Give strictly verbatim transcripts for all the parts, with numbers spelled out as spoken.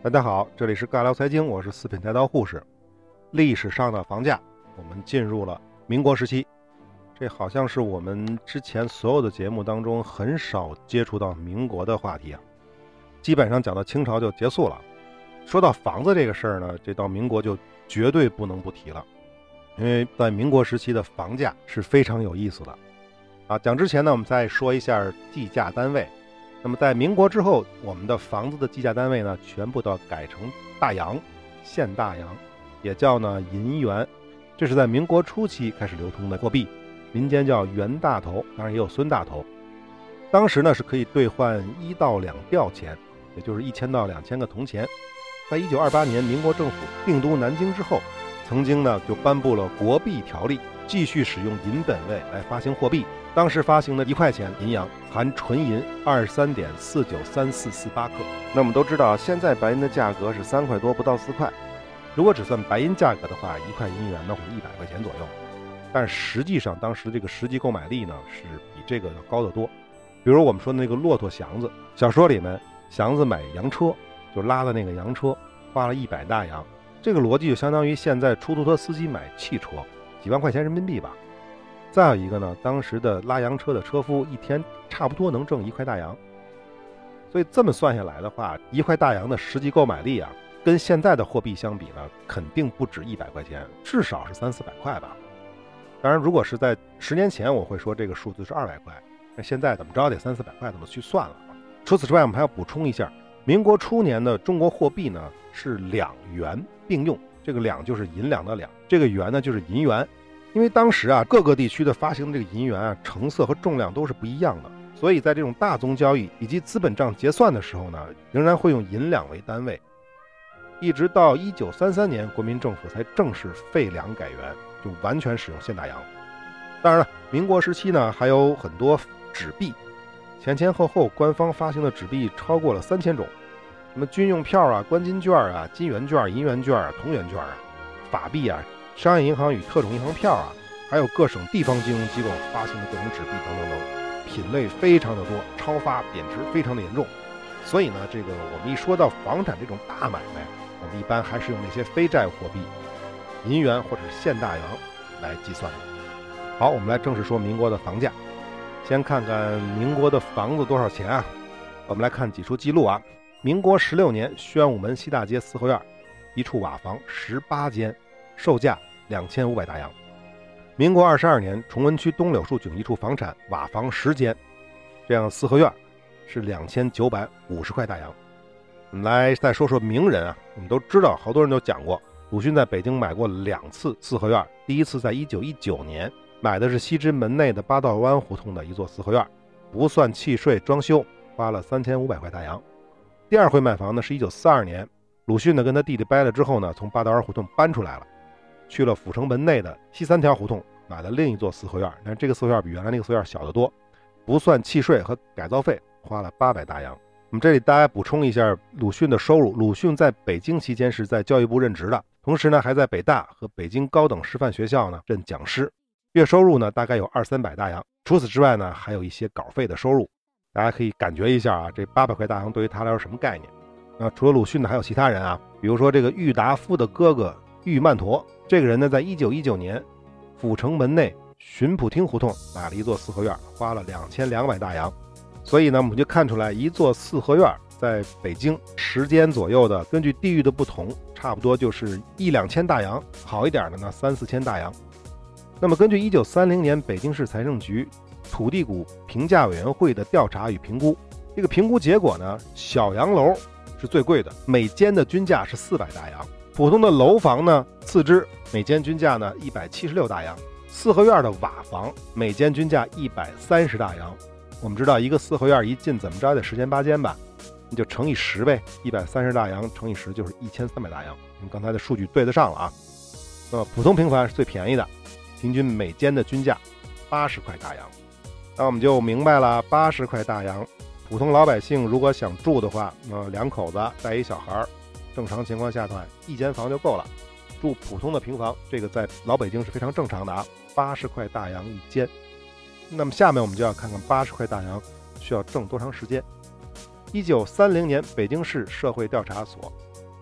大家好，这里是尬聊财经，我是四品带刀护士。历史上的房价，我们进入了民国时期。这好像是我们之前所有的节目当中很少接触到民国的话题啊，基本上讲到清朝就结束了。说到房子这个事儿呢，这到民国就绝对不能不提了，因为在民国时期的房价是非常有意思的啊。讲之前呢，我们再说一下计价单位。那么在民国之后，我们的房子的计价单位呢，全部都要改成大洋、现大洋，也叫呢银元。这是在民国初期开始流通的货币，民间叫元大头，当然也有孙大头。当时呢是可以兑换一到两吊钱，也就是一千到两千个铜钱。在一九二八年，民国政府定都南京之后，曾经呢就颁布了国币条例，继续使用银本位来发行货币。当时发行的一块钱银洋含纯银二十三点四九三四四八克。那我们都知道，现在白银的价格是三块多，不到四块。如果只算白银价格的话，一块银元呢会一百块钱左右。但实际上，当时这个实际购买力呢是比这个要高得多。比如我们说的那个骆驼祥子，小说里面祥子买洋车，就拉的那个洋车，花了一百大洋。这个逻辑就相当于现在出租车司机买汽车，几万块钱人民币吧。再有一个呢，当时的拉洋车的车夫一天差不多能挣一块大洋，所以这么算下来的话，一块大洋的实际购买力啊，跟现在的货币相比呢，肯定不止一百块钱，至少是三四百块吧。当然，如果是在十年前，我会说这个数字是二百块，那现在怎么着得三四百块，怎么去算了？除此之外，我们还要补充一下，民国初年的中国货币呢是两元并用，这个两就是银两的两，这个元呢就是银元。因为当时啊，各个地区的发行的这个银元啊，成色和重量都是不一样的，所以在这种大宗交易以及资本账结算的时候呢，仍然会用银两为单位。一直到一九三三年，国民政府才正式废两改元，就完全使用现大洋。当然了，民国时期呢，还有很多纸币，前前后后官方发行的纸币超过了三千种，什么军用票啊、关金券啊、金元券、银元券啊、铜元券啊、法币啊、商业银行与特种银行票啊，还有各省地方金融机构发行的各种纸币等等等，品类非常的多，超发贬值非常的严重。所以呢，这个我们一说到房产这种大买卖，我们一般还是用那些非债务货币，银元或者是现大洋来计算的。好，我们来正式说民国的房价。先看看民国的房子多少钱啊？我们来看几处记录啊。民国十六年，宣武门西大街四合院一处瓦房十八间，售价两千五百大洋。民国二十二年，崇文区东柳树井一处房产瓦房十间，这样四合院是两千九百五十块大洋。我们来再说说名人啊，我们都知道，好多人都讲过，鲁迅在北京买过两次四合院，第一次在一九一九年买的是西直门内的八道湾胡同的一座四合院，不算契税装修，花了三千五百块大洋。第二回买房呢是一九四二年，鲁迅呢跟他弟弟掰了之后呢，从八道湾胡同搬出来了，去了阜成门内的西三条胡同买了另一座四合院，但是这个四合院比原来那个四合院小得多，不算契税和改造费，花了八百大洋。我们这里大家补充一下鲁迅的收入，鲁迅在北京期间是在教育部任职的，同时呢还在北大和北京高等师范学校呢任讲师，月收入呢大概有二三百大洋。除此之外呢还有一些稿费的收入，大家可以感觉一下啊，这八百块大洋对于他来说什么概念。那除了鲁迅呢还有其他人啊，比如说这个郁达夫的哥哥郁曼陀，这个人呢在一九一九年阜成门内巡捕厅胡同买了一座四合院，花了两千两百大洋。所以呢我们就看出来，一座四合院在北京十间左右的，根据地域的不同，差不多就是一两千大洋，好一点的呢三四千大洋。那么根据一九三零年北京市财政局土地股评价委员会的调查与评估，这个评估结果呢，小洋楼是最贵的，每间的均价是四百大洋，普通的楼房呢次之，每间均价呢一百七十六大洋，四合院的瓦房每间均价一百三十大洋。我们知道一个四合院一进怎么着得十间八间吧，你就乘以十呗，一百三十大洋乘以十就是一千三百大洋，跟刚才的数据对得上了啊。那么普通平房是最便宜的，平均每间的均价八十块大洋。那我们就明白了，八十块大洋，普通老百姓如果想住的话，那两口子带一小孩，正常情况下的话，一间房就够了。住普通的平房，这个在老北京是非常正常的啊，八十块大洋一间。那么下面我们就要看看八十块大洋需要挣多长时间。一九三零年，北京市社会调查所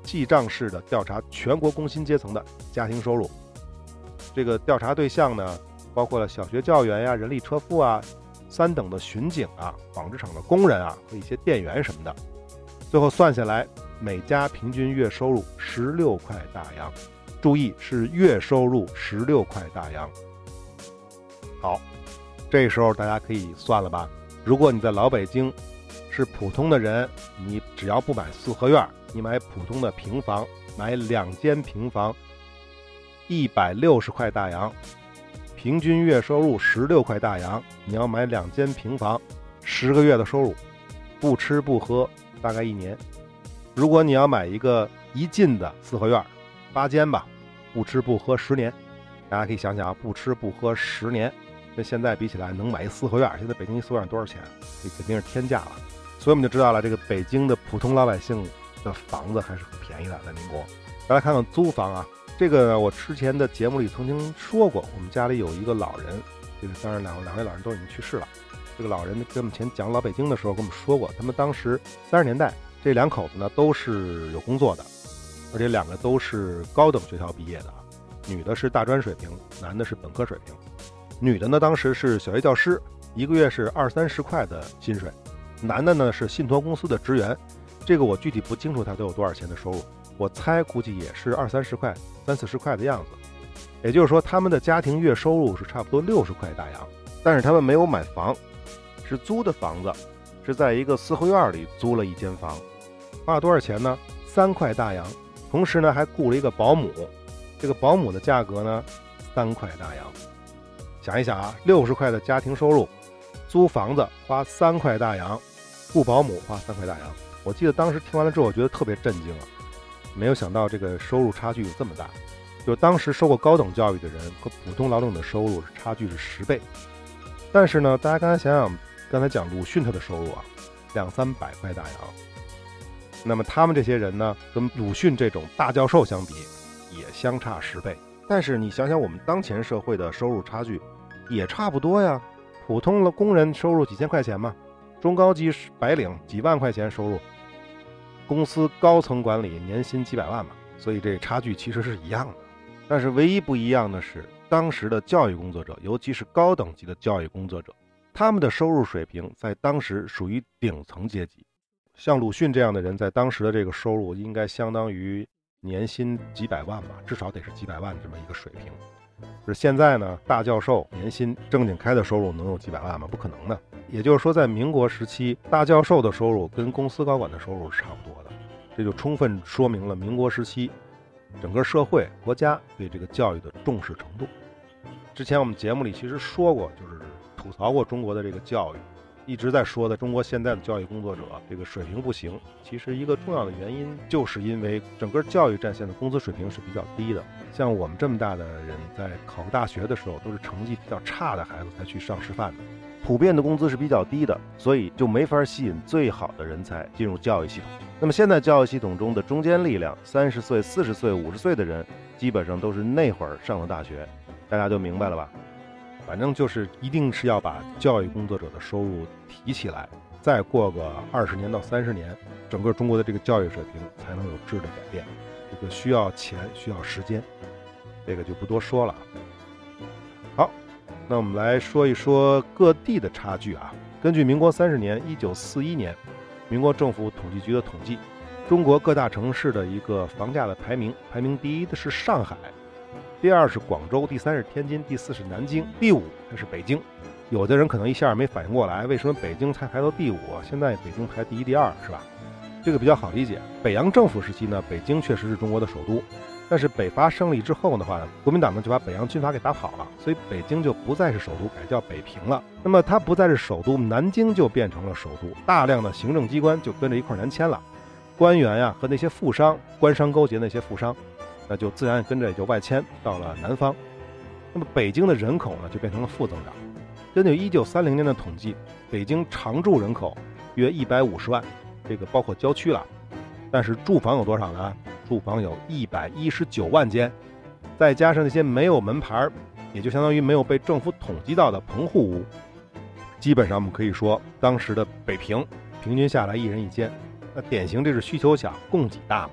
记账式的调查全国工薪阶层的家庭收入。这个调查对象呢，包括了小学教员呀、人力车夫啊、三等的巡警啊、纺织厂的工人啊和一些店员什么的。最后算下来，每家平均月收入十六块大洋。注意，是月收入十六块大洋。好，这时候大家可以算了吧。如果你在老北京是普通的人，你只要不买四合院，你买普通的平房，买两间平房，一百六十块大洋，平均月收入十六块大洋。你要买两间平房，十个月的收入，不吃不喝大概一年。如果你要买一个一进的四合院，八间吧，不吃不喝十年。大家可以想想啊，不吃不喝十年，跟现在比起来，能买一四合院，现在北京一四合院多少钱？这肯定是天价了。所以我们就知道了，这个北京的普通老百姓的房子还是很便宜的，在民国。大家看看租房啊，这个我之前的节目里曾经说过，我们家里有一个老人，这个当然两两位老人都已经去世了。这个老人跟我们前讲老北京的时候跟我们说过，他们当时三十年代这两口子呢都是有工作的，而且两个都是高等学校毕业的，女的是大专水平，男的是本科水平。女的呢当时是小学教师，一个月是二三十块的薪水，男的呢是信托公司的职员，这个我具体不清楚他都有多少钱的收入，我猜估计也是二三十块、三四十块的样子。也就是说，他们的家庭月收入是差不多六十块大洋，但是他们没有买房，是租的房子，是在一个四合院里租了一间房，花了多少钱呢？三块大洋。同时呢，还雇了一个保姆，这个保姆的价格呢，三块大洋。想一想啊，六十块的家庭收入，租房子花三块大洋，雇保姆花三块大洋。我记得当时听完了之后，我觉得特别震惊啊，没有想到这个收入差距有这么大。就当时受过高等教育的人和普通劳动者的收入差距是十倍。但是呢，大家刚才想想，刚才讲鲁迅他的收入啊，两三百块大洋。那么他们这些人呢，跟鲁迅这种大教授相比，也相差十倍。但是你想想，我们当前社会的收入差距也差不多呀。普通的工人收入几千块钱嘛，中高级白领几万块钱收入，公司高层管理年薪几百万嘛，所以这差距其实是一样的。但是唯一不一样的是，当时的教育工作者，尤其是高等级的教育工作者，他们的收入水平在当时属于顶层阶级。像鲁迅这样的人，在当时的这个收入应该相当于年薪几百万吧，至少得是几百万这么一个水平。是现在呢，大教授年薪正经开的收入能有几百万吗？不可能的。也就是说，在民国时期，大教授的收入跟公司高管的收入是差不多的。这就充分说明了民国时期整个社会国家对这个教育的重视程度。之前我们节目里其实说过，就是吐槽过中国的这个教育，一直在说的中国现在的教育工作者这个水平不行，其实一个重要的原因就是因为整个教育战线的工资水平是比较低的。像我们这么大的人在考大学的时候，都是成绩比较差的孩子才去上师范的，普遍的工资是比较低的，所以就没法吸引最好的人才进入教育系统。那么现在教育系统中的中坚力量，三十岁、四十岁、五十岁的人，基本上都是那会儿上的大学，大家就明白了吧？反正就是一定是要把教育工作者的收入提起来，再过个二十年到三十年，整个中国的这个教育水平才能有质的改变。这个需要钱，需要时间，这个就不多说了。好，那我们来说一说各地的差距啊。根据民国三十年，一九四一年，民国政府统计局的统计，中国各大城市的一个房价的排名，排名第一的是上海，第二是广州，第三是天津，第四是南京，第五才是北京。有的人可能一下没反应过来，为什么北京才排到第五？现在北京排第一、第二，是吧？这个比较好理解。北洋政府时期呢，北京确实是中国的首都，但是北伐胜利之后的话，国民党呢就把北洋军阀给打跑了，所以北京就不再是首都，改叫北平了。那么它不再是首都，南京就变成了首都，大量的行政机关就跟着一块南迁了，官员呀、啊、和那些富商，官商勾结那些富商，那就自然跟着也就外迁到了南方。那么北京的人口呢就变成了负增长。根据一九三零年的统计，北京常住人口约一百五十万，这个包括郊区了。但是住房有多少呢？住房有一百一十九万间，再加上那些没有门牌，也就相当于没有被政府统计到的棚户屋，基本上我们可以说，当时的北平平均下来一人一间。那典型这是需求小，供给大嘛，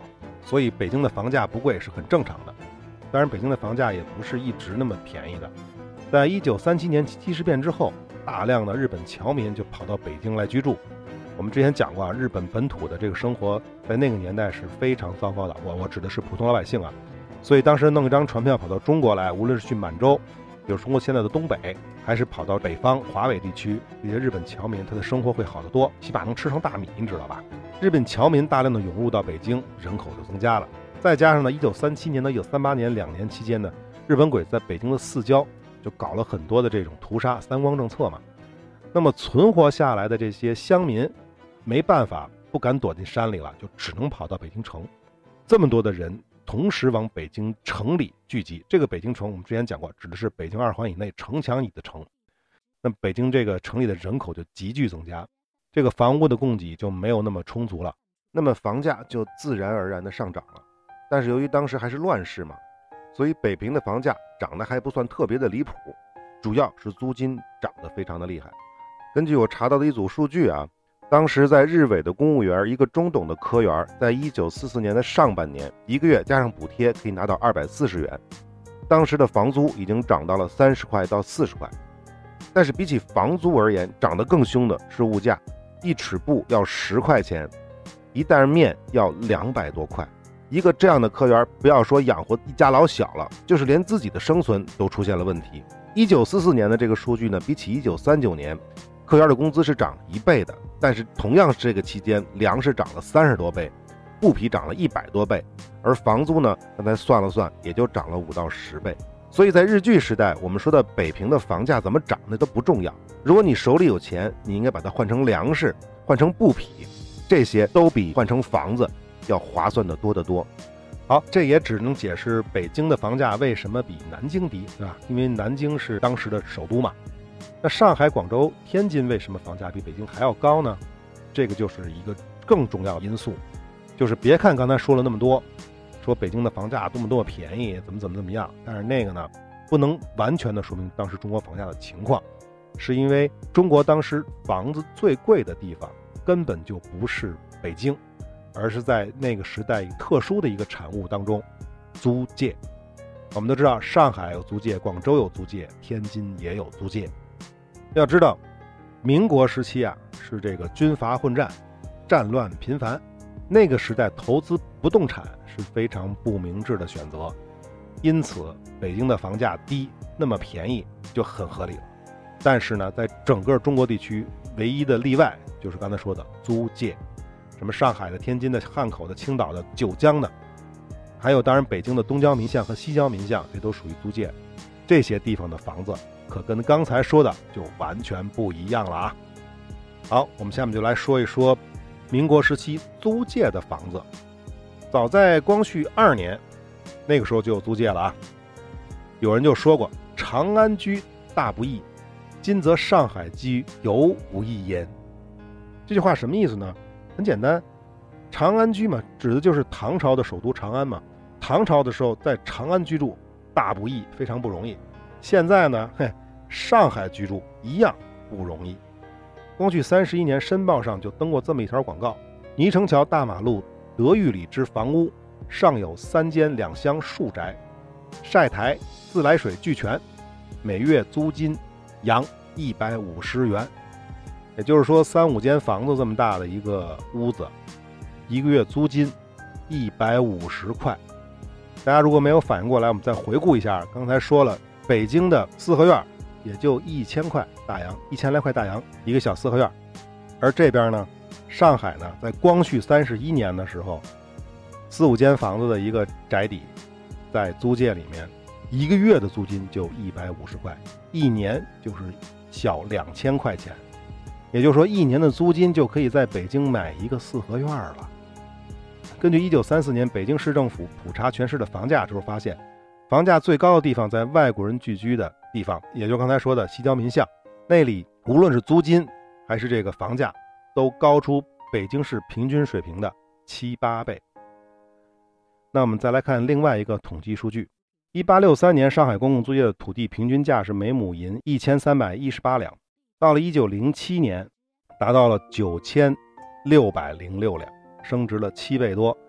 所以北京的房价不贵是很正常的。当然北京的房价也不是一直那么便宜的。在一九三七年七事变之后，大量的日本侨民就跑到北京来居住。我们之前讲过啊，日本本土的这个生活在那个年代是非常糟糕的，我我指的是普通老百姓啊。所以当时弄一张船票跑到中国来，无论是去满洲，就是中国现在的东北，还是跑到北方华北地区，这些日本侨民他的生活会好得多，起码能吃上大米，你知道吧？日本侨民大量的涌入到北京，人口就增加了。再加上呢，一九三七年到一九三八年两年期间呢，日本鬼子在北京的四郊就搞了很多的这种屠杀三光政策嘛。那么存活下来的这些乡民没办法，不敢躲进山里了，就只能跑到北京城。这么多的人同时往北京城里聚集，这个北京城我们之前讲过，指的是北京二环以内城墙以的城。那北京这个城里的人口就急剧增加，这个房屋的供给就没有那么充足了，那么房价就自然而然的上涨了。但是由于当时还是乱世嘛，所以北平的房价涨得还不算特别的离谱，主要是租金涨得非常的厉害。根据我查到的一组数据啊，当时在日伪的公务员，一个中等的科员，在一九四四年的上半年，一个月加上补贴可以拿到二百四十元。当时的房租已经涨到了三十块到四十块。但是比起房租而言，涨得更凶的是物价，一尺布要十块钱，一袋面要两百多块。一个这样的科员，不要说养活一家老小了，就是连自己的生存都出现了问题。一九四四年的这个数据呢，比起一九三九年，科员的工资是涨了一倍的，但是同样是这个期间，粮食涨了三十多倍，布匹涨了一百多倍，而房租呢，刚才算了算，也就涨了五到十倍。所以在日据时代，我们说的北平的房价怎么涨那都不重要，如果你手里有钱，你应该把它换成粮食，换成布匹，这些都比换成房子要划算的多得多。好，这也只能解释北京的房价为什么比南京低，对吧？因为南京是当时的首都嘛。那上海、广州、天津为什么房价比北京还要高呢？这个就是一个更重要的因素，就是别看刚才说了那么多，说北京的房价多么多么便宜，怎么怎么怎么样，但是那个呢，不能完全的说明当时中国房价的情况，是因为中国当时房子最贵的地方根本就不是北京，而是在那个时代特殊的一个产物当中，租界。我们都知道上海有租界，广州有租界，天津也有租界。要知道民国时期啊，是这个军阀混战，战乱频繁，那个时代投资不动产是非常不明智的选择，因此北京的房价低，那么便宜就很合理了。但是呢，在整个中国地区唯一的例外就是刚才说的租界，什么上海的、天津的、汉口的、青岛的、九江的，还有当然北京的东郊民巷和西郊民巷，这都属于租界。这些地方的房子可跟刚才说的就完全不一样了啊。好，我们下面就来说一说民国时期租界的房子。早在光绪二年，那个时候就有租界了啊。有人就说过，长安居大不易，今则上海居犹不易焉。这句话什么意思呢？很简单，长安居嘛，指的就是唐朝的首都长安嘛。唐朝的时候在长安居住大不易，非常不容易。现在呢，嘿，上海居住一样不容易。光绪三十一年，申报上就登过这么一条广告：泥城桥大马路德裕里之房屋，上有三间两厢数宅，晒台、自来水俱全，每月租金洋一百五十元。也就是说，三五间房子这么大的一个屋子，一个月租金一百五十块。大家如果没有反应过来，我们再回顾一下，刚才说了，北京的四合院也就一千块大洋，一千来块大洋一个小四合院。而这边呢，上海呢，在光绪三十一年的时候，四五间房子的一个宅邸，在租界里面，一个月的租金就一百五十块，一年就是小两千块钱。也就是说，一年的租金就可以在北京买一个四合院了。根据一九三四年北京市政府普查全市的房价之后发现，房价最高的地方在外国人聚居的地方，也就刚才说的西郊民巷，那里无论是租金还是这个房价，都高出北京市平均水平的七八倍。那我们再来看另外一个统计数据，一八六三年上海公共租界的土地平均价是每亩银一千三百一十八两，到了一九零七年达到了九千六百零六两，升值了七倍多。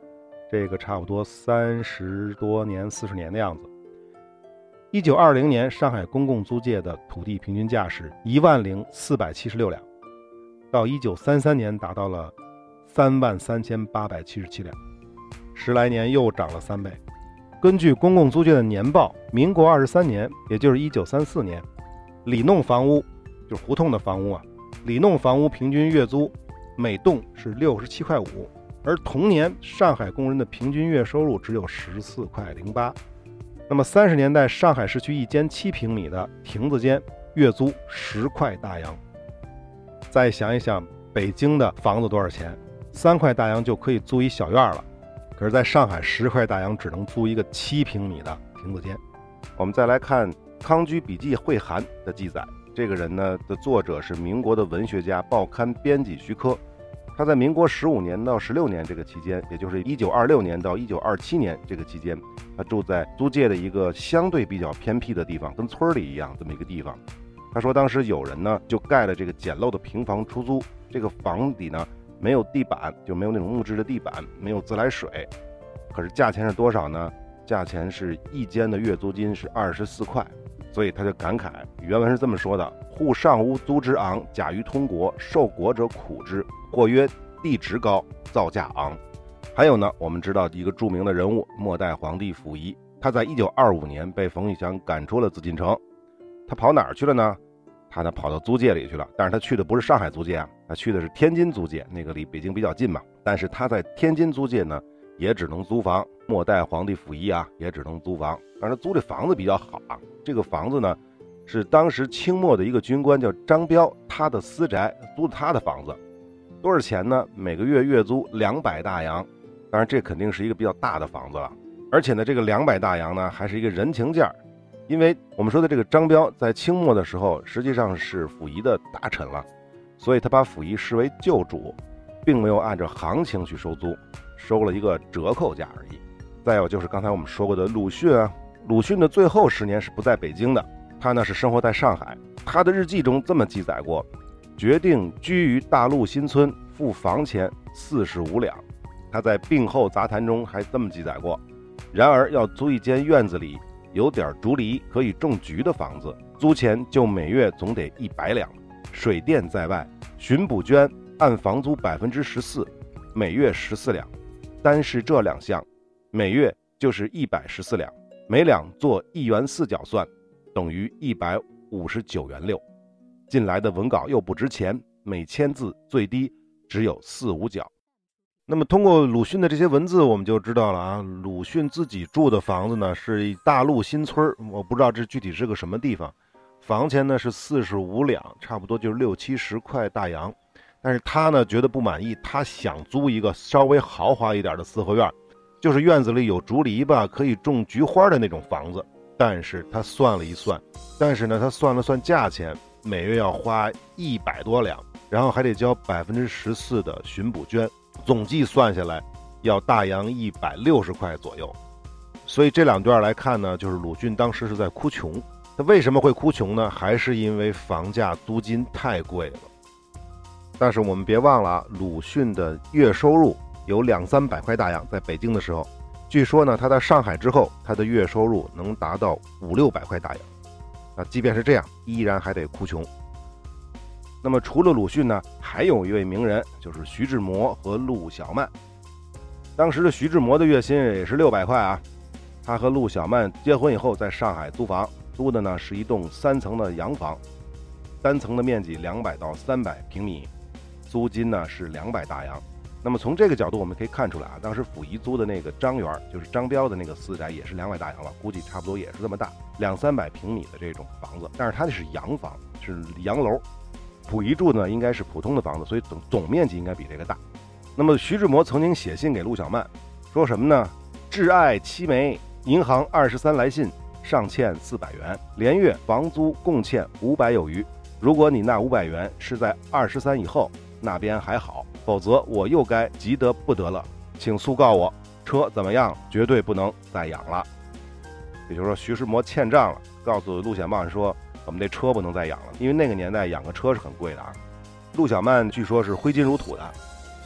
这个差不多三十多年、四十年的样子。一九二零年，上海公共租界的土地平均价是一万零四百七十六两，到一九三三年达到了三万三千八百七十七两，十来年又涨了三倍。根据公共租界的年报，民国二十三年，也就是一九三四年，里弄房屋就是胡同的房屋啊，里弄房屋平均月租每栋是六十七块五，而同年上海工人的平均月收入只有十四块零八。那么三十年代上海市区一间七平米的亭子间月租十块大洋。再想一想北京的房子多少钱，三块大洋就可以租一小院了，可是在上海十块大洋只能租一个七平米的亭子间。我们再来看康居笔记会函的记载，这个人呢的作者是民国的文学家、报刊编辑徐科。他在民国十五年到十六年这个期间，也就是一九二六年到一九二七年这个期间，他住在租界的一个相对比较偏僻的地方，跟村里一样这么一个地方。他说当时有人呢就盖了这个简陋的平房出租，这个房里呢没有地板，就没有那种木质的地板，没有自来水，可是价钱是多少呢？价钱是一间的月租金是二十四块。所以他就感慨，原文是这么说的：户上屋租之昂，假于通国，受国者苦之，或曰地值高，造价昂。还有呢，我们知道一个著名的人物，末代皇帝溥仪，他在一九二五年被冯玉祥赶出了紫禁城，他跑哪儿去了呢？他呢跑到租界里去了，但是他去的不是上海租界啊，他去的是天津租界，那个离北京比较近嘛。但是他在天津租界呢，也只能租房。末代皇帝溥仪啊，也只能租房，但是租这房子比较好啊。这个房子呢，是当时清末的一个军官叫张彪，他的私宅，租的他的房子，多少钱呢？每个月月租两百大洋，当然这肯定是一个比较大的房子了。而且呢，这个两百大洋呢，还是一个人情价，因为我们说的这个张彪在清末的时候，实际上是溥仪的大臣了，所以他把溥仪视为旧主，并没有按照行情去收租，收了一个折扣价而已。再有就是刚才我们说过的鲁迅啊，鲁迅的最后十年是不在北京的，他呢是生活在上海。他的日记中这么记载过：决定居于大陆新村，付房钱四十五两。他在病后杂谈中还这么记载过：然而要租一间院子里有点竹篱可以种菊的房子，租钱就每月总得一百两，水电在外，巡捕捐按房租百分之十四，每月十四两，单是这两项，每月就是一百十四两，每两做一元四角算，等于一百五十九元六。进来的文稿又不值钱，每千字最低只有四五角。那么通过鲁迅的这些文字，我们就知道了啊，鲁迅自己住的房子呢是大陆新村，我不知道这具体是个什么地方，房钱呢是四十五两，差不多就是六七十块大洋。但是他呢觉得不满意，他想租一个稍微豪华一点的四合院，就是院子里有竹篱笆可以种菊花的那种房子。但是他算了一算，但是呢他算了算价钱，每月要花一百多两，然后还得交百分之十四的巡捕捐，总计算下来要大洋一百六十块左右。所以这两段来看呢，就是鲁迅当时是在哭穷。他为什么会哭穷呢？还是因为房价租金太贵了。但是我们别忘了啊，鲁迅的月收入有两三百块大洋，在北京的时候，据说呢，他在上海之后，他的月收入能达到五六百块大洋。那即便是这样，依然还得哭穷。那么除了鲁迅呢，还有一位名人，就是徐志摩和陆小曼。当时的徐志摩的月薪也是六百块啊。他和陆小曼结婚以后，在上海租房，租的呢是一栋三层的洋房，单层的面积两百到三百平米，租金呢是两百大洋。那么从这个角度我们可以看出来啊，当时溥仪租的那个张园，就是张彪的那个私宅，也是两百大洋了，估计差不多也是这么大，两三百平米的这种房子。但是它那是洋房，是洋楼。溥仪住呢应该是普通的房子，所以总总面积应该比这个大。那么徐志摩曾经写信给陆小曼，说什么呢？挚爱七枚，银行二十三来信，上欠四百元，连月房租共欠五百有余。如果你那五百元是在二十三以后，那边还好，否则我又该急得不得了，请速告我车怎么样，绝对不能再养了。也就是说徐志摩欠账了，告诉陆小曼说我们这车不能再养了，因为那个年代养个车是很贵的啊。陆小曼据说是挥金如土的，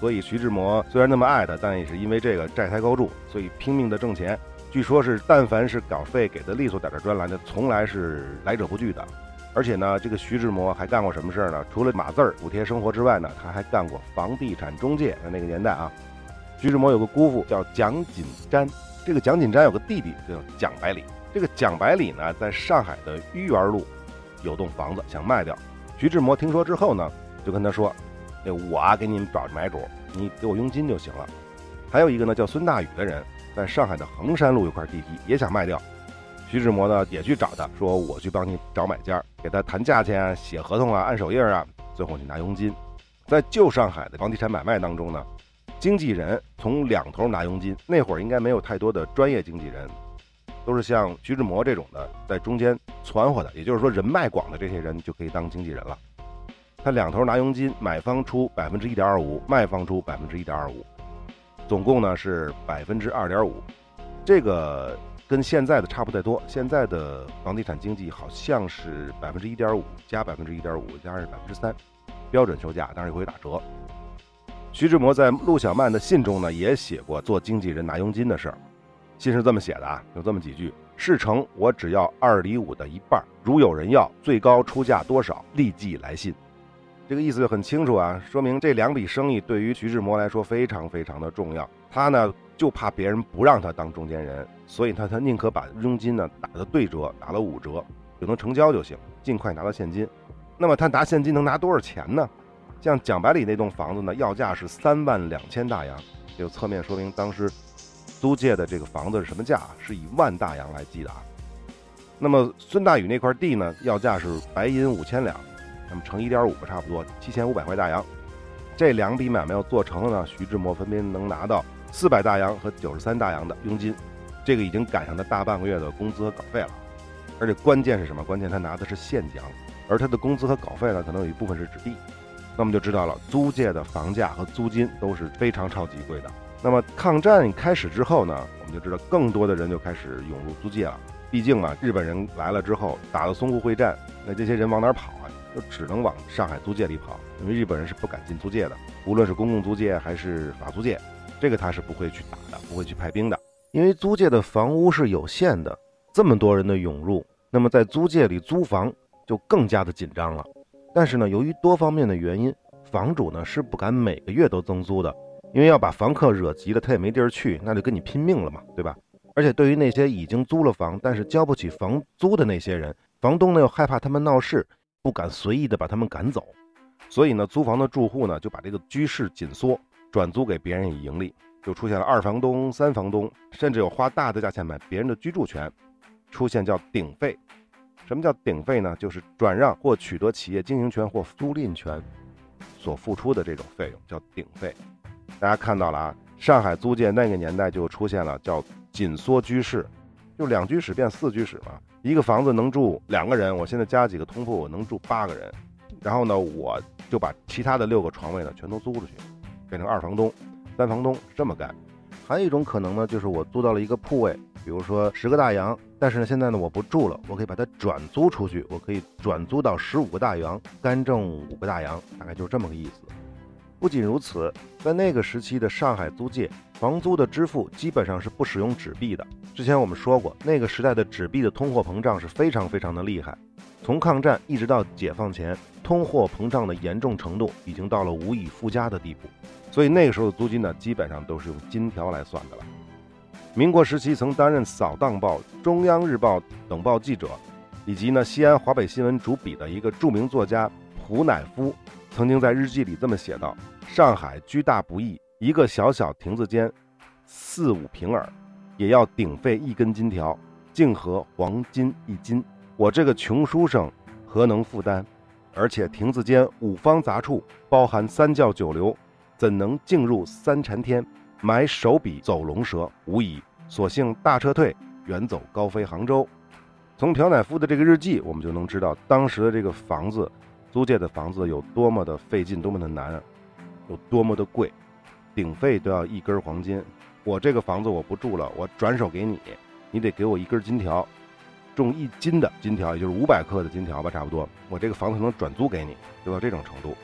所以徐志摩虽然那么爱他，但也是因为这个债台高筑，所以拼命的挣钱。据说是但凡是稿费给的利索点的专栏呢，从来是来者不拒的。而且呢，这个徐志摩还干过什么事呢？除了码字儿补贴生活之外呢，他还干过房地产中介。那个年代啊，徐志摩有个姑父叫蒋锦瞻，这个蒋锦瞻有个弟弟叫蒋百里。这个蒋百里呢，在上海的豫园路有栋房子想卖掉。徐志摩听说之后呢，就跟他说：“那我啊给你们找买主，你给我佣金就行了。”还有一个呢叫孙大宇的人，在上海的衡山路有块地皮也想卖掉。徐志摩呢也去找他，说我去帮你找买家，给他谈价钱啊，写合同啊，按手印啊，最后去拿佣金。在旧上海的房地产买卖当中呢，经纪人从两头拿佣金，那会儿应该没有太多的专业经纪人，都是像徐志摩这种的在中间传和的，也就是说人脉广的这些人就可以当经纪人了。他两头拿佣金，买方出百分之一点二五，卖方出百分之一点二五，总共呢是百分之二点五。这个跟现在的差不太多，现在的房地产经纪好像是百分之一点五加百分之一点五加上百分之三，标准售价，当然也会打折。徐志摩在陆小曼的信中呢，也写过做经纪人拿佣金的事儿。信是这么写的啊，有这么几句：事成我只要二厘五的一半，如有人要，最高出价多少，立即来信。这个意思就很清楚啊，说明这两笔生意对于徐志摩来说非常非常的重要。他呢就怕别人不让他当中间人，所以他他宁可把佣金呢打的对折，打了五折，就能成交就行，尽快拿到现金。那么他拿现金能拿多少钱呢？像蒋百里那栋房子呢，要价是三万两千大洋，就侧面说明当时租界的这个房子是什么价，是以万大洋来计的啊。那么孙大宇那块地呢，要价是白银五千两，那么乘一点五差不多七千五百块大洋。这两笔买卖要做成了呢，徐志摩分别能拿到四百大洋和九十三大洋的佣金，这个已经赶上他大半个月的工资和稿费了。而且关键是什么？关键他拿的是现奖，而他的工资和稿费呢，可能有一部分是纸币。那么就知道了，租界的房价和租金都是非常超级贵的。那么抗战开始之后呢，我们就知道更多的人就开始涌入租界了。毕竟嘛，日本人来了之后，打了淞沪会战，那这些人往哪跑啊？就只能往上海租界里跑，因为日本人是不敢进租界的，无论是公共租界还是法租界，这个他是不会去打的，不会去派兵的。因为租界的房屋是有限的，这么多人的涌入，那么在租界里租房就更加的紧张了。但是呢，由于多方面的原因，房主呢是不敢每个月都增租的，因为要把房客惹急了，他也没地儿去，那就跟你拼命了嘛，对吧？而且对于那些已经租了房但是交不起房租的那些人，房东呢又害怕他们闹事，不敢随意的把他们赶走，所以呢，租房的住户呢就把这个居室紧缩，转租给别人以盈利，就出现了二房东、三房东，甚至有花大的价钱买别人的居住权，出现叫顶费。什么叫顶费呢？就是转让或取得企业经营权或租赁权所付出的这种费用叫顶费。大家看到了啊，上海租界那个年代就出现了叫紧缩居室，就两居室变四居室嘛，一个房子能住两个人，我现在加几个通铺，我能住八个人，然后呢，我就把其他的六个床位呢全都租出去，变成二房东、三房东，这么干。还有一种可能呢，就是我租到了一个铺位，比如说十个大洋，但是呢，现在呢我不住了，我可以把它转租出去，我可以转租到十五个大洋，干挣五个大洋，大概就是这么个意思。不仅如此，在那个时期的上海租界，房租的支付基本上是不使用纸币的。之前我们说过，那个时代的纸币的通货膨胀是非常非常的厉害，从抗战一直到解放前，通货膨胀的严重程度已经到了无以复加的地步，所以那个时候的租金呢，基本上都是用金条来算的了。民国时期曾担任扫荡报、中央日报等报记者，以及呢西安华北新闻主笔的一个著名作家胡乃夫，曾经在日记里这么写道：上海居大不易，一个小小亭子间四五平耳，也要顶费一根金条，竟合黄金一斤，我这个穷书生何能负担？而且亭子间五方杂处，包含三教九流，怎能进入三禅天，埋手笔走龙蛇？无疑，索性大撤退，远走高飞杭州。从朴乃夫的这个日记，我们就能知道当时的这个房子，租界的房子有多么的费劲，多么的难，有多么的贵，顶费都要一根黄金。我这个房子我不住了，我转手给你，你得给我一根金条，重一斤的金条，也就是五百克的金条吧，差不多，我这个房子能转租给你，就到这种程度。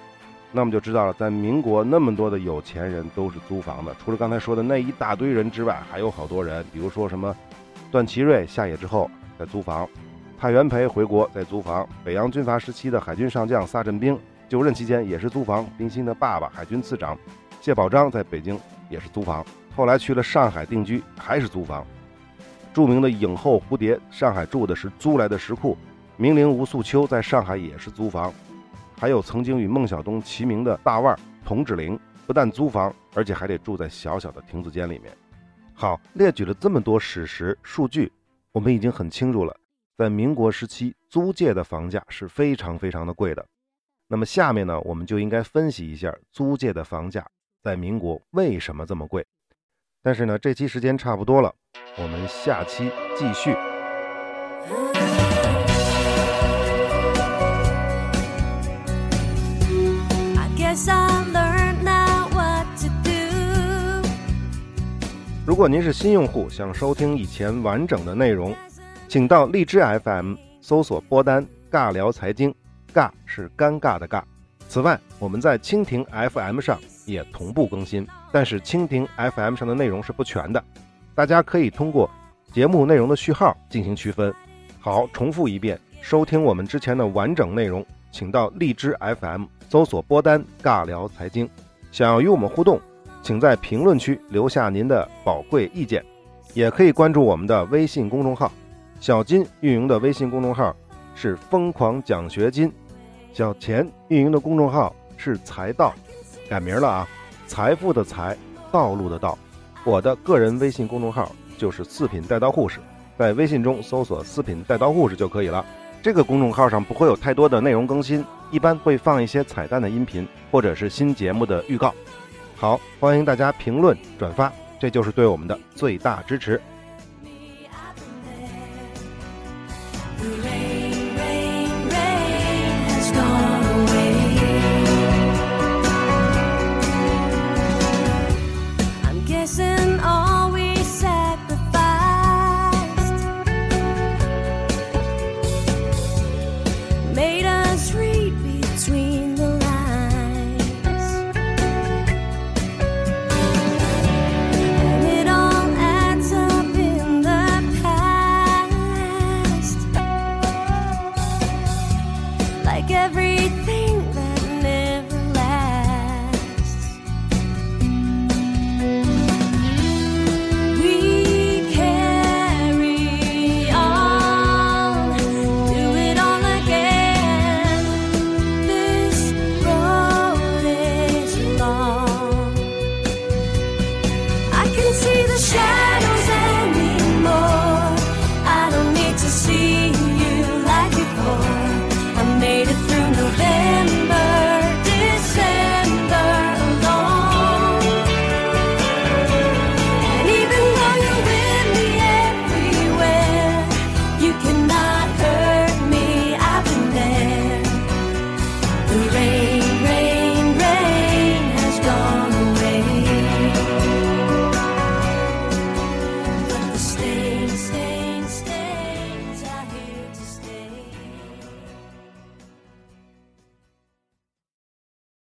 那么就知道了，在民国那么多的有钱人都是租房的，除了刚才说的那一大堆人之外，还有好多人，比如说什么段祺瑞下野之后在租房，蔡元培回国在租房，北洋军阀时期的海军上将撒振兵就任期间也是租房，冰心的爸爸海军次长谢宝章在北京也是租房，后来去了上海定居还是租房。著名的影后蝴蝶上海住的是租来的石库，名伶吴素秋在上海也是租房，还有曾经与孟小冬齐名的大腕童芷苓，不但租房，而且还得住在小小的亭子间里面。好，列举了这么多史实数据，我们已经很清楚了，在民国时期租界的房价是非常非常的贵的。那么下面呢，我们就应该分析一下租界的房价在民国为什么这么贵。但是呢，这期时间差不多了，我们下期继续。如果您是新用户，想收听以前完整的内容，请到荔枝 F M 搜索播单尬聊财经，尬是尴尬的尬。此外，我们在蜻蜓 F M 上也同步更新，但是蜻蜓 F M 上的内容是不全的，大家可以通过节目内容的序号进行区分。好，重复一遍，收听我们之前的完整内容，请到荔枝 F M 搜索播单尬聊财经。想要与我们互动，请在评论区留下您的宝贵意见，也可以关注我们的微信公众号。小金运营的微信公众号是疯狂奖学金，小钱运营的公众号是财道，改名了啊，财富的财，道路的道。我的个人微信公众号就是四品带刀护士，在微信中搜索四品带刀护士就可以了。这个公众号上不会有太多的内容更新，一般会放一些彩蛋的音频或者是新节目的预告。好，欢迎大家评论转发，这就是对我们的最大支持。